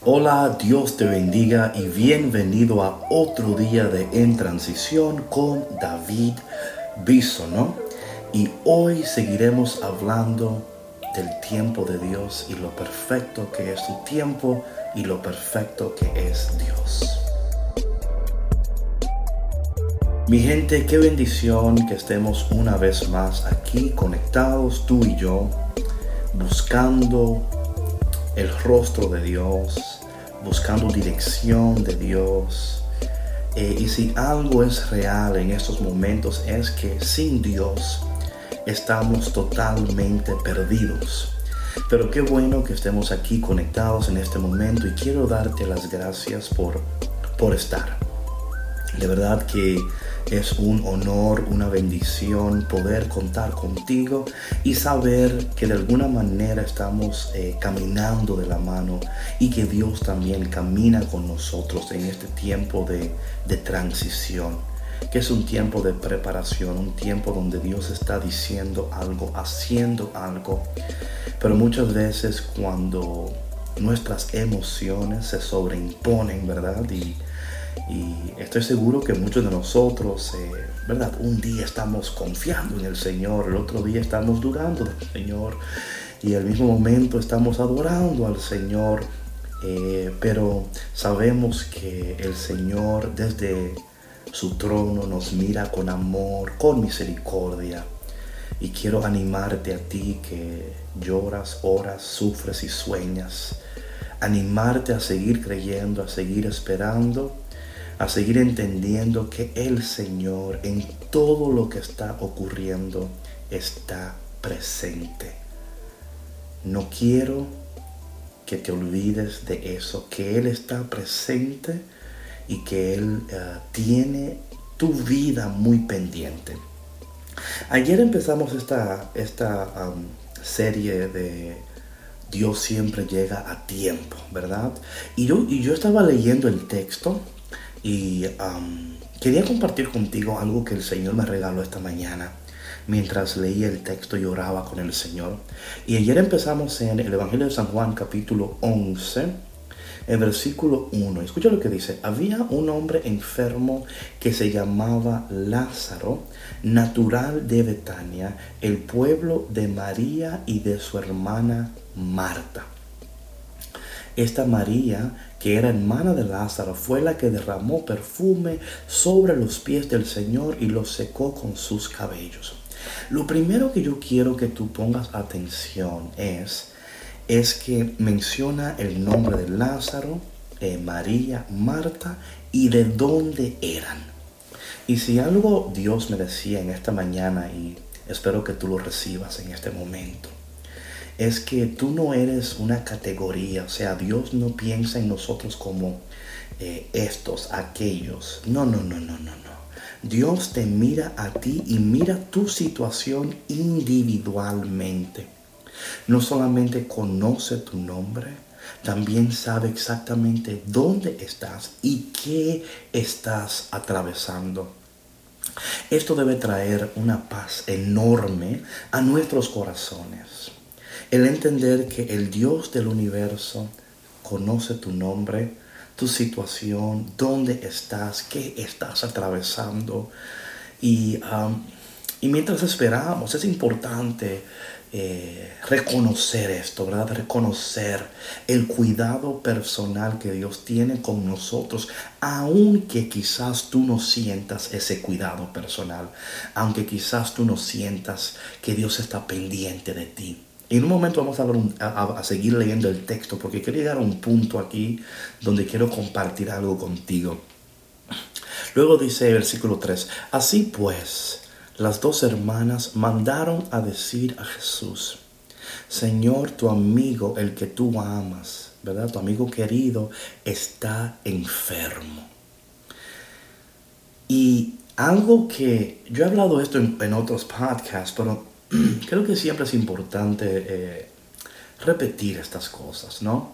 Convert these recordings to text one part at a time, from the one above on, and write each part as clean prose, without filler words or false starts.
Hola, Dios te bendiga y bienvenido a otro día de En Transición con David Bison, ¿no? Y hoy seguiremos hablando del tiempo de Dios y lo perfecto que es su tiempo y lo perfecto que es Dios. Mi gente, qué bendición que estemos una vez más aquí conectados, tú y yo, buscando el rostro de Dios, buscando dirección de Dios. Y si algo es real en estos momentos es que sin Dios estamos totalmente perdidos. Pero qué bueno que estemos aquí conectados en este momento y quiero darte las gracias por estar. De verdad que es un honor, una bendición poder contar contigo y saber que de alguna manera estamos caminando de la mano y que Dios también camina con nosotros en este tiempo de transición, que es un tiempo de preparación, un tiempo donde Dios está diciendo algo, haciendo algo. Pero muchas veces cuando nuestras emociones se sobreimponen, ¿verdad? Y estoy seguro que muchos de nosotros, ¿verdad? Un día estamos confiando en el Señor, el otro día estamos dudando del Señor y al mismo momento estamos adorando al Señor. Pero sabemos que el Señor desde su trono nos mira con amor, con misericordia. Y quiero animarte a ti que lloras, oras, sufres y sueñas. Animarte a seguir creyendo, a seguir esperando, a seguir entendiendo que el Señor en todo lo que está ocurriendo está presente. No quiero que te olvides de eso, que Él está presente y que Él tiene tu vida muy pendiente. Ayer empezamos esta serie de Dios siempre llega a tiempo, ¿verdad? Y yo estaba leyendo el texto y quería compartir contigo algo que el Señor me regaló esta mañana mientras leía el texto y oraba con el Señor. Y ayer empezamos en el Evangelio de San Juan capítulo 11, el versículo 1. Escucha lo que dice: había un hombre enfermo que se llamaba Lázaro, natural de Betania, el pueblo de María y de su hermana Marta. Esta María, que era hermana de Lázaro, fue la que derramó perfume sobre los pies del Señor y los secó con sus cabellos. Lo primero que yo quiero que tú pongas atención es que menciona el nombre de Lázaro, María, Marta y de dónde eran. Y si algo Dios me decía en esta mañana, y espero que tú lo recibas en este momento, es que tú no eres una categoría. O sea, Dios no piensa en nosotros como estos, aquellos. No. Dios te mira a ti y mira tu situación individualmente. No solamente conoce tu nombre, también sabe exactamente dónde estás y qué estás atravesando. Esto debe traer una paz enorme a nuestros corazones. El entender que el Dios del universo conoce tu nombre, tu situación, dónde estás, qué estás atravesando. Y mientras esperamos, es importante reconocer esto, ¿verdad? Reconocer el cuidado personal que Dios tiene con nosotros, aunque quizás tú no sientas ese cuidado personal, aunque quizás tú no sientas que Dios está pendiente de ti. En un momento vamos a seguir leyendo el texto porque quiero llegar a un punto aquí donde quiero compartir algo contigo. Luego dice el versículo 3, así pues, las dos hermanas mandaron a decir a Jesús: Señor, tu amigo, el que tú amas, ¿verdad? Tu amigo querido está enfermo. Y algo que yo he hablado esto en otros podcasts, pero creo que siempre es importante repetir estas cosas, ¿no?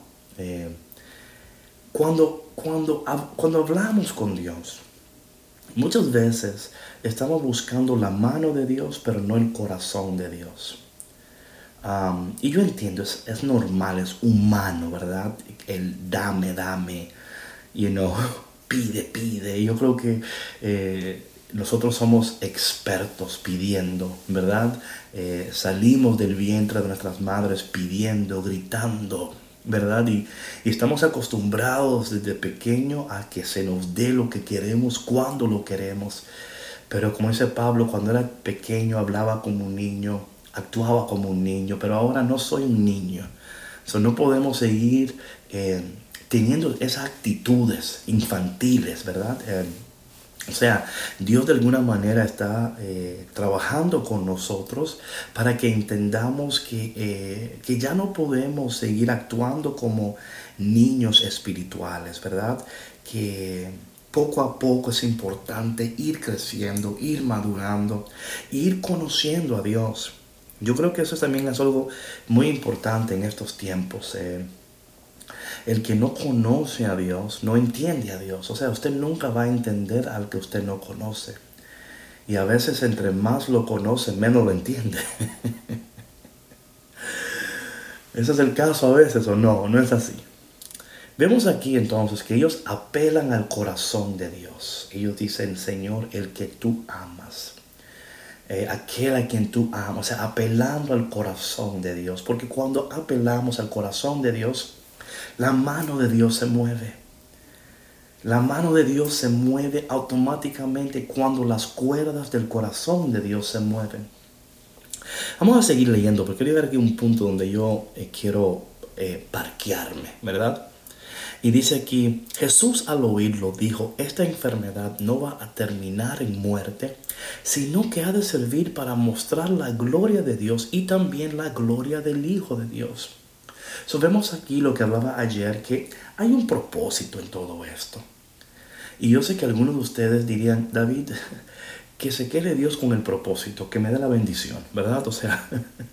Cuando hablamos con Dios, muchas veces estamos buscando la mano de Dios, pero no el corazón de Dios. Y yo entiendo, es normal, es humano, ¿verdad? El dame, you know, pide. Yo creo que nosotros somos expertos pidiendo, ¿verdad? Salimos del vientre de nuestras madres pidiendo, gritando, ¿verdad? Y estamos acostumbrados desde pequeño a que se nos dé lo que queremos cuando lo queremos. Pero como dice Pablo, cuando era pequeño hablaba como un niño, actuaba como un niño, pero ahora no soy un niño. So, no podemos seguir teniendo esas actitudes infantiles, ¿verdad? O sea, Dios de alguna manera está trabajando con nosotros para que entendamos que ya no podemos seguir actuando como niños espirituales, ¿verdad? Que poco a poco es importante ir creciendo, ir madurando, ir conociendo a Dios. Yo creo que eso también es algo muy importante en estos tiempos. El que no conoce a Dios no entiende a Dios. O sea, usted nunca va a entender al que usted no conoce. Y a veces entre más lo conoce, menos lo entiende. Ese es el caso a veces, o no, no es así. Vemos aquí entonces que ellos apelan al corazón de Dios. Ellos dicen, Señor, el que tú amas. Aquel a quien tú amas. O sea, apelando al corazón de Dios. Porque cuando apelamos al corazón de Dios, la mano de Dios se mueve. La mano de Dios se mueve automáticamente cuando las cuerdas del corazón de Dios se mueven. Vamos a seguir leyendo porque quiero llegar aquí a un punto donde yo quiero parquearme, ¿verdad? Y dice aquí, Jesús al oírlo dijo, esta enfermedad no va a terminar en muerte, sino que ha de servir para mostrar la gloria de Dios y también la gloria del Hijo de Dios. So, vemos aquí lo que hablaba ayer, que hay un propósito en todo esto. Y yo sé que algunos de ustedes dirían, David, que se quede Dios con el propósito, que me dé la bendición, ¿verdad? O sea,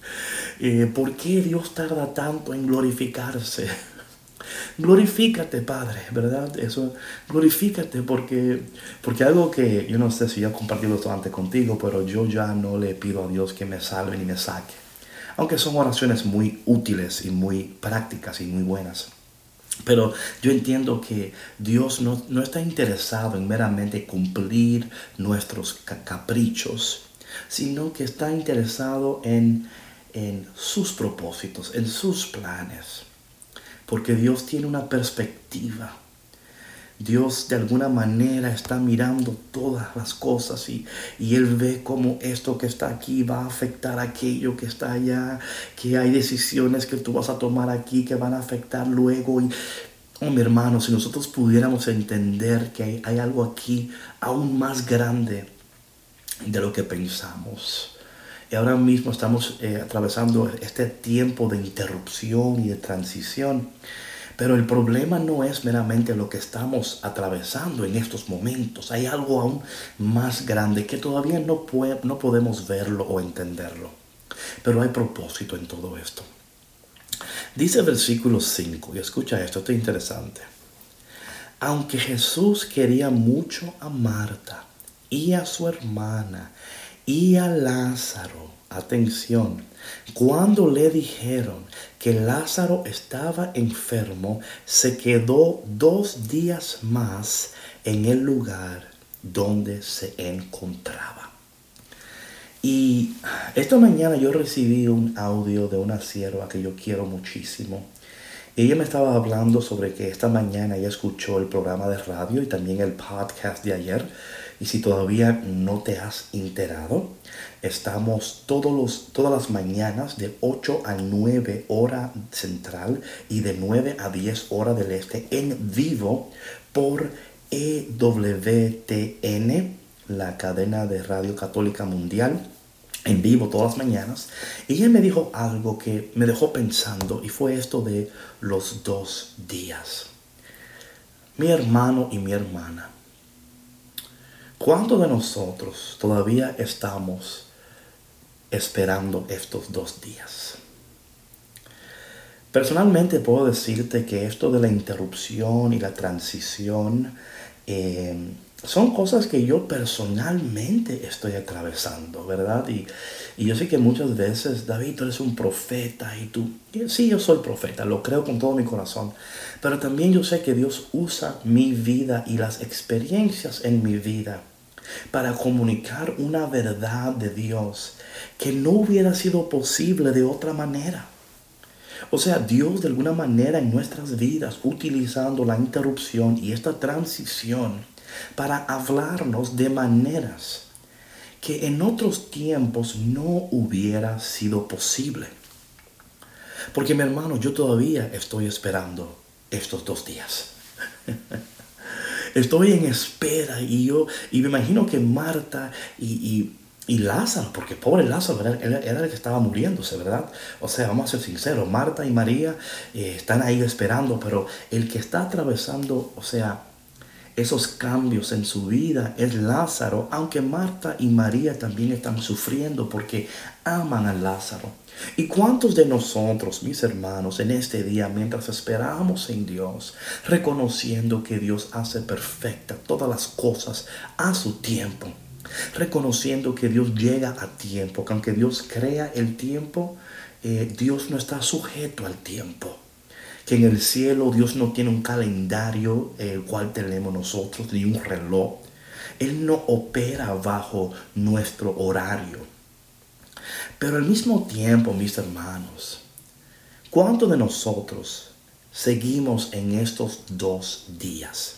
¿por qué Dios tarda tanto en glorificarse? Glorifícate, Padre, ¿verdad? Eso, glorifícate porque algo que yo no sé si ya compartí esto antes contigo, pero yo ya no le pido a Dios que me salve ni me saque. Aunque son oraciones muy útiles y muy prácticas y muy buenas. Pero yo entiendo que Dios no está interesado en meramente cumplir nuestros caprichos, sino que está interesado en sus propósitos, en sus planes. Porque Dios tiene una perspectiva. Dios de alguna manera está mirando todas las cosas y Él ve cómo esto que está aquí va a afectar aquello que está allá, que hay decisiones que tú vas a tomar aquí que van a afectar luego. Y, oh, mi hermano, si nosotros pudiéramos entender que hay algo aquí aún más grande de lo que pensamos. Y ahora mismo estamos atravesando este tiempo de interrupción y de transición. Pero el problema no es meramente lo que estamos atravesando en estos momentos. Hay algo aún más grande que todavía no podemos verlo o entenderlo. Pero hay propósito en todo esto. Dice el versículo 5, y escucha esto es interesante. Aunque Jesús quería mucho a Marta y a su hermana y a Lázaro, atención, cuando le dijeron que Lázaro estaba enfermo, se quedó 2 días más en el lugar donde se encontraba. Y esta mañana yo recibí un audio de una sierva que yo quiero muchísimo. Ella me estaba hablando sobre que esta mañana ella escuchó el programa de radio y también el podcast de ayer. Y si todavía no te has enterado, estamos todas las mañanas de 8 a 9 hora central y de 9 a 10 hora del este en vivo por EWTN, la cadena de radio católica mundial, en vivo todas las mañanas. Y ella me dijo algo que me dejó pensando y fue esto de los 2 días. Mi hermano y mi hermana, ¿cuántos de nosotros todavía estamos esperando estos 2 días? Personalmente puedo decirte que esto de la interrupción y la transición son cosas que yo personalmente estoy atravesando, ¿verdad? Y yo sé que muchas veces, David, tú eres un profeta y sí, yo soy profeta, lo creo con todo mi corazón, pero también yo sé que Dios usa mi vida y las experiencias en mi vida para comunicar una verdad de Dios que no hubiera sido posible de otra manera. O sea, Dios de alguna manera en nuestras vidas, utilizando la interrupción y esta transición para hablarnos de maneras que en otros tiempos no hubiera sido posible. Porque mi hermano, yo todavía estoy esperando estos 2 días. Estoy en espera y me imagino que Marta y Lázaro, porque pobre Lázaro era el que estaba muriéndose, ¿verdad? O sea, vamos a ser sinceros, Marta y María están ahí esperando, pero el que está atravesando, o sea, esos cambios en su vida es Lázaro, aunque Marta y María también están sufriendo porque aman a Lázaro. ¿Y cuántos de nosotros, mis hermanos, en este día, mientras esperamos en Dios, reconociendo que Dios hace perfecta todas las cosas a su tiempo, reconociendo que Dios llega a tiempo, que aunque Dios crea el tiempo, Dios no está sujeto al tiempo? Que en el cielo Dios no tiene un calendario el cual tenemos nosotros, ni un reloj. Él no opera bajo nuestro horario. Pero al mismo tiempo, mis hermanos, ¿cuántos de nosotros seguimos en estos 2 días?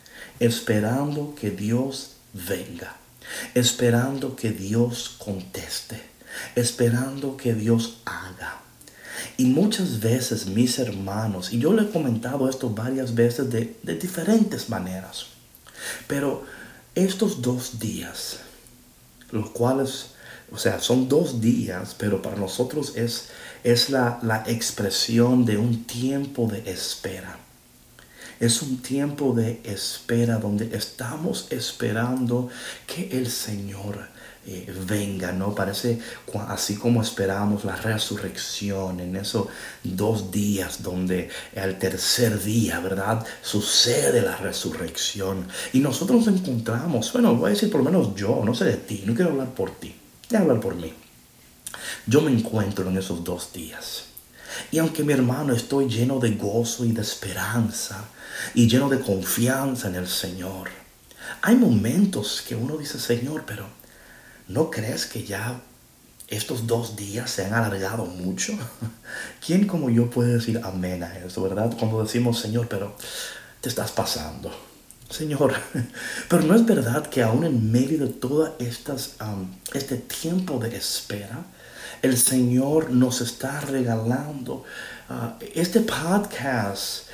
Esperando que Dios venga, esperando que Dios conteste, esperando que Dios haga. Y muchas veces, mis hermanos, y yo le he comentado esto varias veces de diferentes maneras, pero estos 2 días, los cuales, o sea, son 2 días, pero para nosotros es la expresión de un tiempo de espera. Es un tiempo de espera donde estamos esperando que el Señor venga, ¿no? Parece así como esperamos la resurrección en esos 2 días donde al tercer día, ¿verdad? Sucede la resurrección y nosotros nos encontramos, bueno, voy a decir por lo menos yo, no sé de ti, no quiero hablar por ti, quiero hablar por mí. Yo me encuentro en esos 2 días. Y aunque mi hermano estoy lleno de gozo y de esperanza y lleno de confianza en el Señor, hay momentos que uno dice, Señor, pero ¿no crees que ya estos 2 días se han alargado mucho? ¿Quién como yo puede decir amén a eso, verdad? Cuando decimos, Señor, pero te estás pasando. Señor, pero no es verdad que aún en medio de todo este tiempo de espera, el Señor nos está regalando este podcast,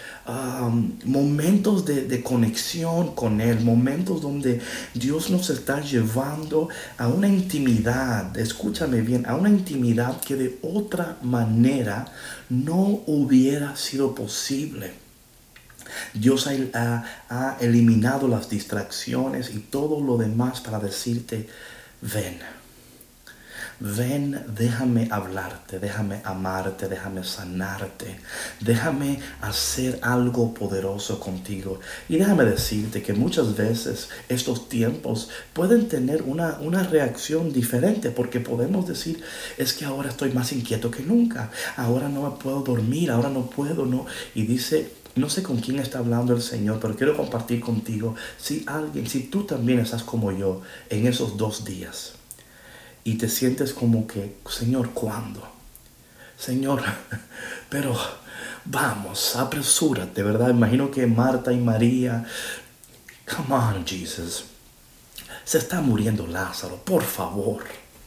momentos de conexión con Él, momentos donde Dios nos está llevando a una intimidad, escúchame bien, a una intimidad que de otra manera no hubiera sido posible. Dios ha eliminado las distracciones y todo lo demás para decirte, ven. Ven, déjame hablarte, déjame amarte, déjame sanarte, déjame hacer algo poderoso contigo. Y déjame decirte que muchas veces estos tiempos pueden tener una reacción diferente porque podemos decir, es que ahora estoy más inquieto que nunca, ahora no me puedo dormir, ahora no puedo, no. Y dice, no sé con quién está hablando el Señor, pero quiero compartir contigo, si tú también estás como yo en esos 2 días. Y te sientes como que, Señor, ¿cuándo? Señor, pero vamos, apresúrate, ¿verdad? Imagino que Marta y María, come on, Jesus. Se está muriendo Lázaro, por favor.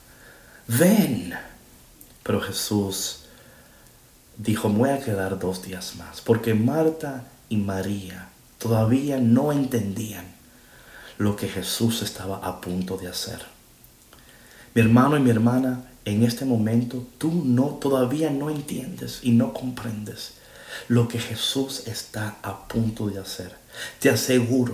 Ven. Pero Jesús dijo, me voy a quedar 2 días más. Porque Marta y María todavía no entendían lo que Jesús estaba a punto de hacer. Mi hermano y mi hermana, en este momento tú todavía no entiendes y no comprendes lo que Jesús está a punto de hacer. Te aseguro,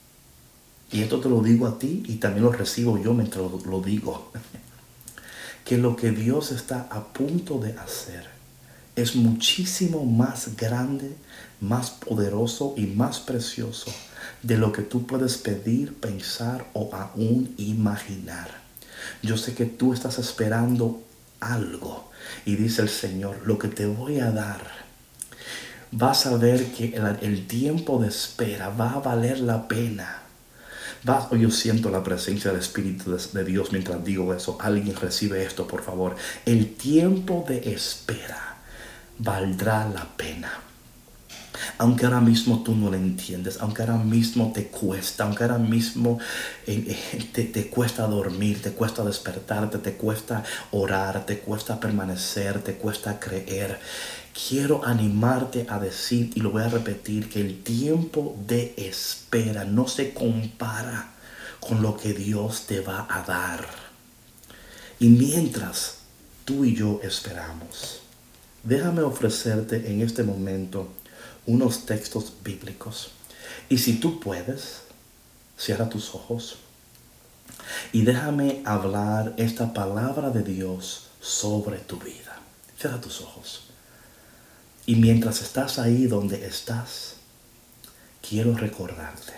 y esto te lo digo a ti y también lo recibo yo mientras lo digo, que lo que Dios está a punto de hacer es muchísimo más grande, más poderoso y más precioso de lo que tú puedes pedir, pensar o aún imaginar. Yo sé que tú estás esperando algo y dice el Señor, lo que te voy a dar, vas a ver que el tiempo de espera va a valer la pena. Yo siento la presencia del Espíritu de Dios mientras digo eso. Alguien recibe esto, por favor. El tiempo de espera valdrá la pena. Aunque ahora mismo tú no lo entiendes, aunque ahora mismo te cuesta, aunque ahora mismo te cuesta dormir, te cuesta despertarte, te cuesta orar, te cuesta permanecer, te cuesta creer. Quiero animarte a decir, y lo voy a repetir, que el tiempo de espera no se compara con lo que Dios te va a dar. Y mientras tú y yo esperamos, déjame ofrecerte en este momento unos textos bíblicos. Y si tú puedes, cierra tus ojos y déjame hablar esta palabra de Dios sobre tu vida. Cierra tus ojos. Y mientras estás ahí donde estás, quiero recordarte,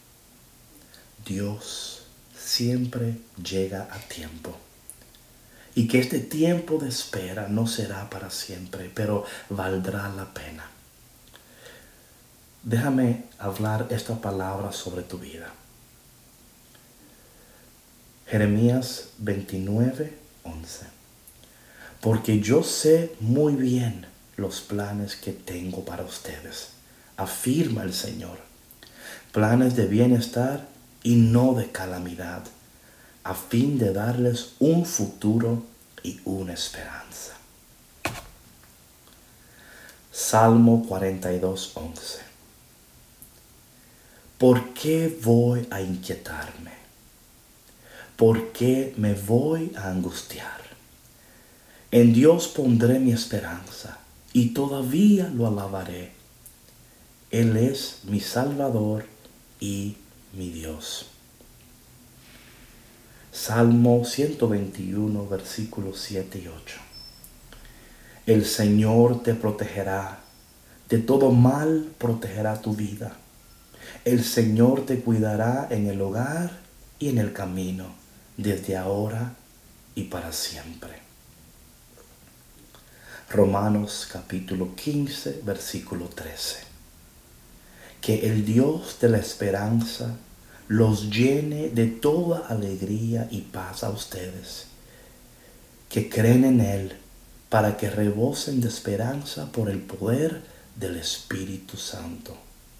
Dios siempre llega a tiempo. Y que este tiempo de espera no será para siempre, pero valdrá la pena. Déjame hablar esta palabra sobre tu vida. Jeremías 29:11. Porque yo sé muy bien los planes que tengo para ustedes, afirma el Señor. Planes de bienestar y no de calamidad, a fin de darles un futuro y una esperanza. Salmo 42:11. ¿Por qué voy a inquietarme? ¿Por qué me voy a angustiar? En Dios pondré mi esperanza y todavía lo alabaré. Él es mi Salvador y mi Dios. Salmo 121, versículos 7 y 8. El Señor te protegerá, de todo mal protegerá tu vida. El Señor te cuidará en el hogar y en el camino, desde ahora y para siempre. Romanos capítulo 15, versículo 13. Que el Dios de la esperanza los llene de toda alegría y paz a ustedes, que creen en Él, para que rebosen de esperanza por el poder del Espíritu Santo.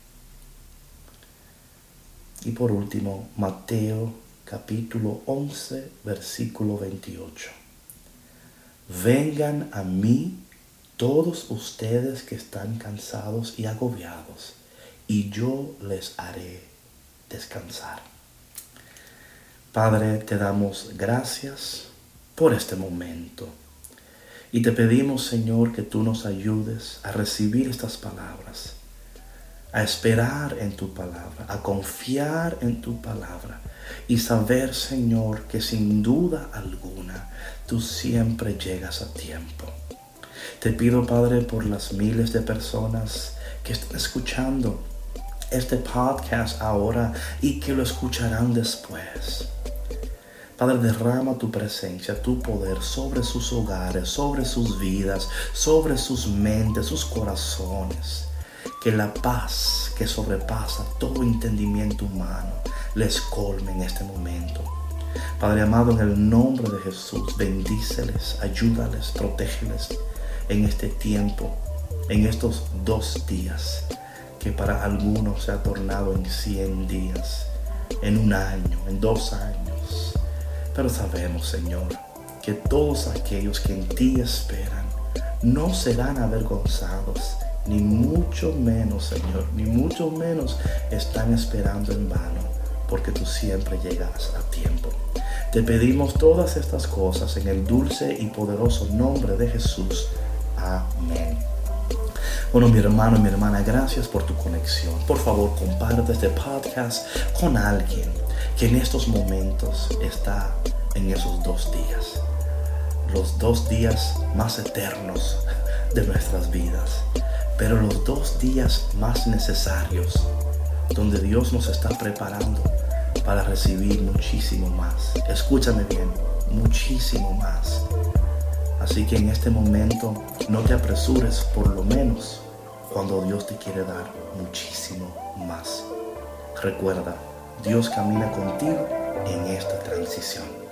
Y por último, Mateo capítulo 11, versículo 28. Vengan a mí todos ustedes que están cansados y agobiados, y yo les haré descansar. Padre, te damos gracias por este momento. Y te pedimos, Señor, que tú nos ayudes a recibir estas palabras, a esperar en tu palabra, a confiar en tu palabra y saber, Señor, que sin duda alguna tú siempre llegas a tiempo. Te pido, Padre, por las miles de personas que están escuchando este podcast ahora y que lo escucharán después. Padre, derrama tu presencia, tu poder sobre sus hogares, sobre sus vidas, sobre sus mentes, sus corazones. Que la paz que sobrepasa todo entendimiento humano les colme en este momento. Padre amado, en el nombre de Jesús, bendíceles, ayúdales, protégeles en este tiempo, en estos 2 días, que para algunos se ha tornado en 100 días, en 1 año, en 2 años. Pero sabemos, Señor, que todos aquellos que en ti esperan no serán avergonzados, ni mucho menos, Señor, ni mucho menos están esperando en vano, porque tú siempre llegas a tiempo. Te pedimos todas estas cosas en el dulce y poderoso nombre de Jesús. Amén. Bueno, mi hermano y mi hermana, gracias por tu conexión. Por favor, comparte este podcast con alguien que en estos momentos está en esos 2 días. Los 2 días más eternos de nuestras vidas, pero los 2 días más necesarios, donde Dios nos está preparando para recibir muchísimo más. Escúchame bien, muchísimo más. Así que en este momento no te apresures, por lo menos cuando Dios te quiere dar muchísimo más. Recuerda, Dios camina contigo en esta transición.